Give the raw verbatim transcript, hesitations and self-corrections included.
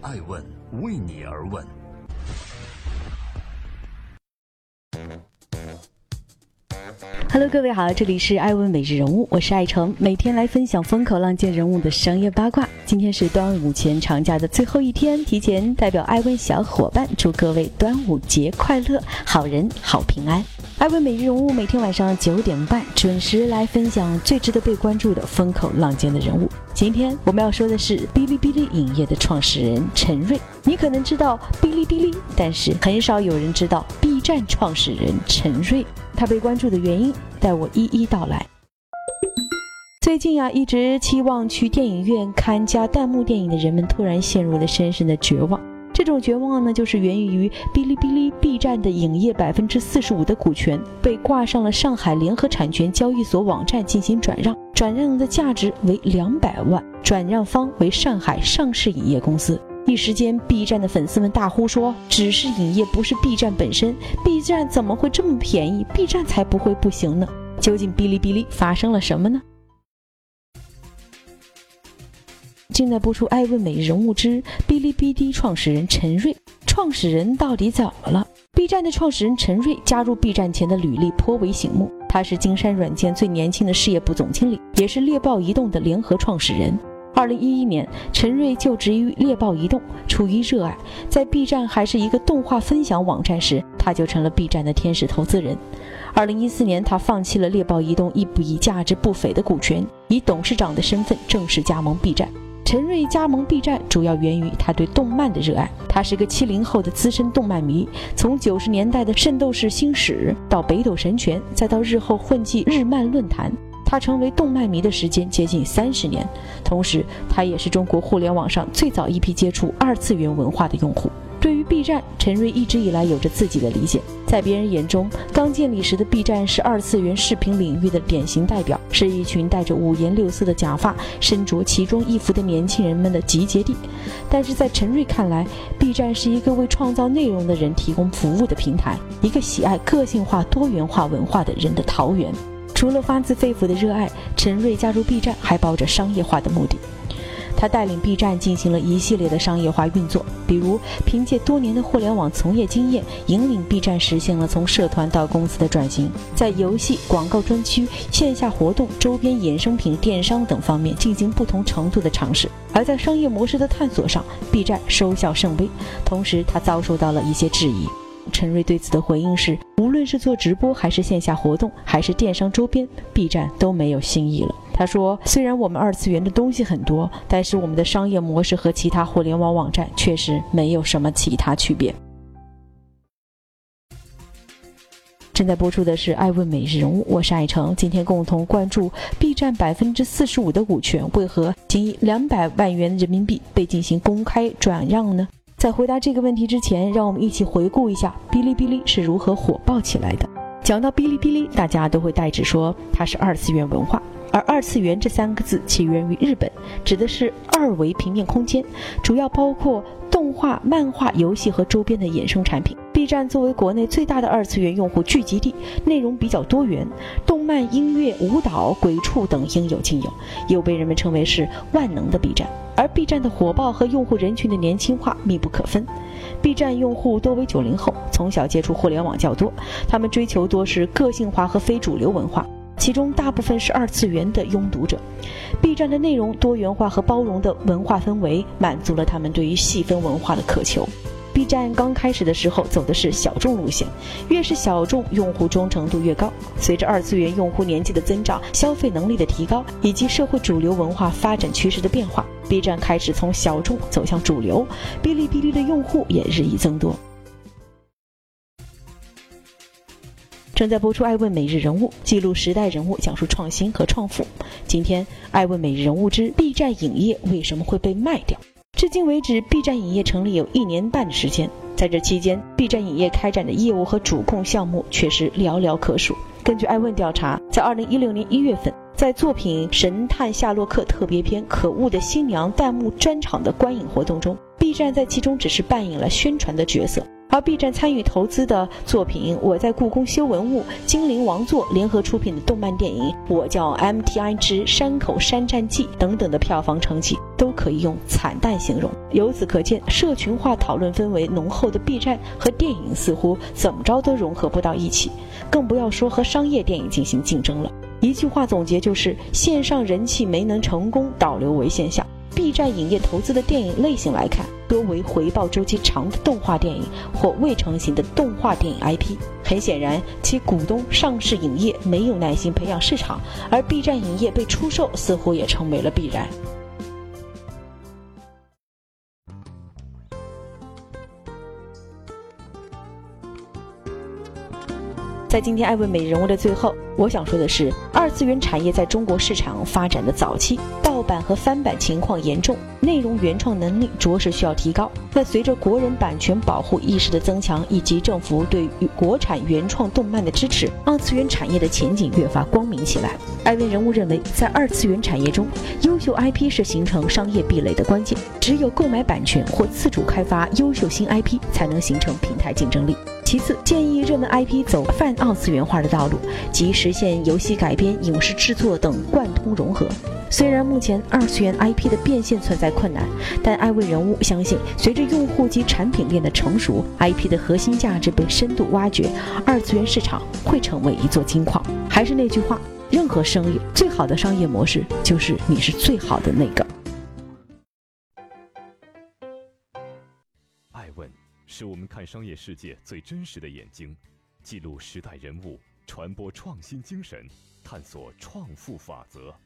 爱问为你而问。 Hello， 各位好，这里是爱问每日人物，我是爱成，每天来分享风口浪尖人物的商业八卦。今天是端午前长假的最后一天，提前代表爱问小伙伴祝各位端午节快乐，好人好平安。爱问每日人物每天晚上九点半准时来分享最值得被关注的风口浪尖的人物。今天我们要说的是哔哩哔哩影业的创始人陈瑞。你可能知道哔哩哔哩，但是很少有人知道 B 站创始人陈瑞。他被关注的原因，待我一一道来。最近啊，一直期望去电影院看加弹幕电影的人们突然陷入了深深的绝望。这种绝望呢，就是源于哔哩哔哩 B 站的影业百分之四十五的股权被挂上了上海联合产权交易所网站进行转让，转让的价值为两百万，转让方为上海上市影业公司。一时间 B 站的粉丝们大呼说，只是影业不是 B 站本身， B 站怎么会这么便宜， B 站才不会不行呢。究竟哔哩哔哩发生了什么呢？正在播出爱问每日人物之哔哩哔哩创始人陈瑞。创始人到底怎么了？ B 站的创始人陈瑞加入 B 站前的履历颇为醒目，他是金山软件最年轻的事业部总经理，也是猎豹移动的联合创始人。二零一一年，陈瑞就职于猎豹移动，出于热爱，在 B 站还是一个动画分享网站时，他就成了 B 站的天使投资人。二零一四年，他放弃了猎豹移动一笔价值不菲的股权，以董事长的身份正式加盟 B 站。陈瑞加盟 B 站主要源于他对动漫的热爱，他是个七零后的资深动漫迷，从九十年代的《圣斗士星矢》到《北斗神拳》，再到日后混迹日漫论坛，他成为动漫迷的时间接近三十年。同时，他也是中国互联网上最早一批接触二次元文化的用户。对于 B 站，陈瑞一直以来有着自己的理解。在别人眼中，刚建立时的 B 站是二次元视频领域的典型代表，是一群戴着五颜六色的假发、身着奇装异服的年轻人们的集结地。但是在陈瑞看来， B 站是一个为创造内容的人提供服务的平台，一个喜爱个性化多元化文化的人的桃源。除了发自肺腑的热爱，陈瑞加入 B 站还抱着商业化的目的。他带领 B 站进行了一系列的商业化运作，比如凭借多年的互联网从业经验，引领 B 站实现了从社团到公司的转型，在游戏、广告专区、线下活动、周边衍生品、电商等方面进行不同程度的尝试。而在商业模式的探索上， B 站收效甚微，同时他遭受到了一些质疑。陈瑞对此的回应是，无论是做直播还是线下活动还是电商周边， B 站都没有新意了。他说，虽然我们二次元的东西很多，但是我们的商业模式和其他互联网网站确实没有什么其他区别。正在播出的是爱问每日人物，我是爱成，今天共同关注 B 站百分之四十五的股权为何仅以两百万元人民币被进行公开转让呢？在回答这个问题之前，让我们一起回顾一下哔哩哔哩是如何火爆起来的。讲到哔哩哔哩，大家都会代指说它是二次元文化，而二次元这三个字起源于日本，指的是二维平面空间，主要包括动画、漫画、游戏和周边的衍生产品。 B 站作为国内最大的二次元用户聚集地，内容比较多元，动漫、音乐、舞蹈、鬼畜等应有尽有，又被人们称为是万能的 B 站。而 B 站的火爆和用户人群的年轻化密不可分。B 站用户多为九零后，从小接触互联网较多，他们追求多是个性化和非主流文化，其中大部分是二次元的拥读者。 B 站的内容多元化和包容的文化氛围，满足了他们对于细分文化的渴求。 B 站刚开始的时候走的是小众路线，越是小众，用户忠诚度越高。随着二次元用户年纪的增长、消费能力的提高，以及社会主流文化发展趋势的变化， B 站开始从小众走向主流，哔哩哔哩的用户也日益增多。正在播出爱问每日人物，记录时代人物，讲述创新和创富。今天爱问每日人物之 B 站影业为什么会被卖掉？至今为止 ，B 站影业成立有一年半的时间，在这期间 ，B 站影业开展的业务和主控项目却是寥寥可数。根据爱问调查，在二零一六年一月份，在作品《神探夏洛克》特别篇《可恶的新娘》弹幕专场的观影活动中， B 站在其中只是扮演了宣传的角色。 而 B 站参与投资的作品《我在故宫修文物》、精灵王座联合出品的动漫电影《我叫 M T I 之山口山战记》等等的票房成绩都可以用惨淡形容。由此可见，社群化讨论氛围浓厚的 B 站和电影似乎怎么着都融合不到一起，更不要说和商业电影进行竞争了。一句话总结就是：线上人气没能成功，导流为现象。B 站影业投资的电影类型来看，多为回报周期长的动画电影或未成型的动画电影 I P。很显然，其股东上市影业没有耐心培养市场，而 B 站影业被出售似乎也成为了必然。在今天爱问美人物的最后，我想说的是，二次元产业在中国市场发展的早期，盗版和翻版情况严重，内容原创能力着实需要提高。那随着国人版权保护意识的增强，以及政府对国产原创动漫的支持，二次元产业的前景越发光明起来。爱问人物认为，在二次元产业中，优秀 I P 是形成商业壁垒的关键，只有购买版权或自主开发优秀新 I P， 才能形成平台竞争力。其次，建议热门 I P 走泛二次元化的道路，即实现游戏改编、影视制作等贯通融合。虽然目前二次元 I P 的变现存在困难，但爱问人物相信，随着用户及产品链的成熟， I P 的核心价值被深度挖掘，二次元市场会成为一座金矿。还是那句话，任何生意最好的商业模式就是你是最好的那个。 爱问是我们看商业世界最真实的眼睛，记录时代人物，传播创新精神，探索创富法则。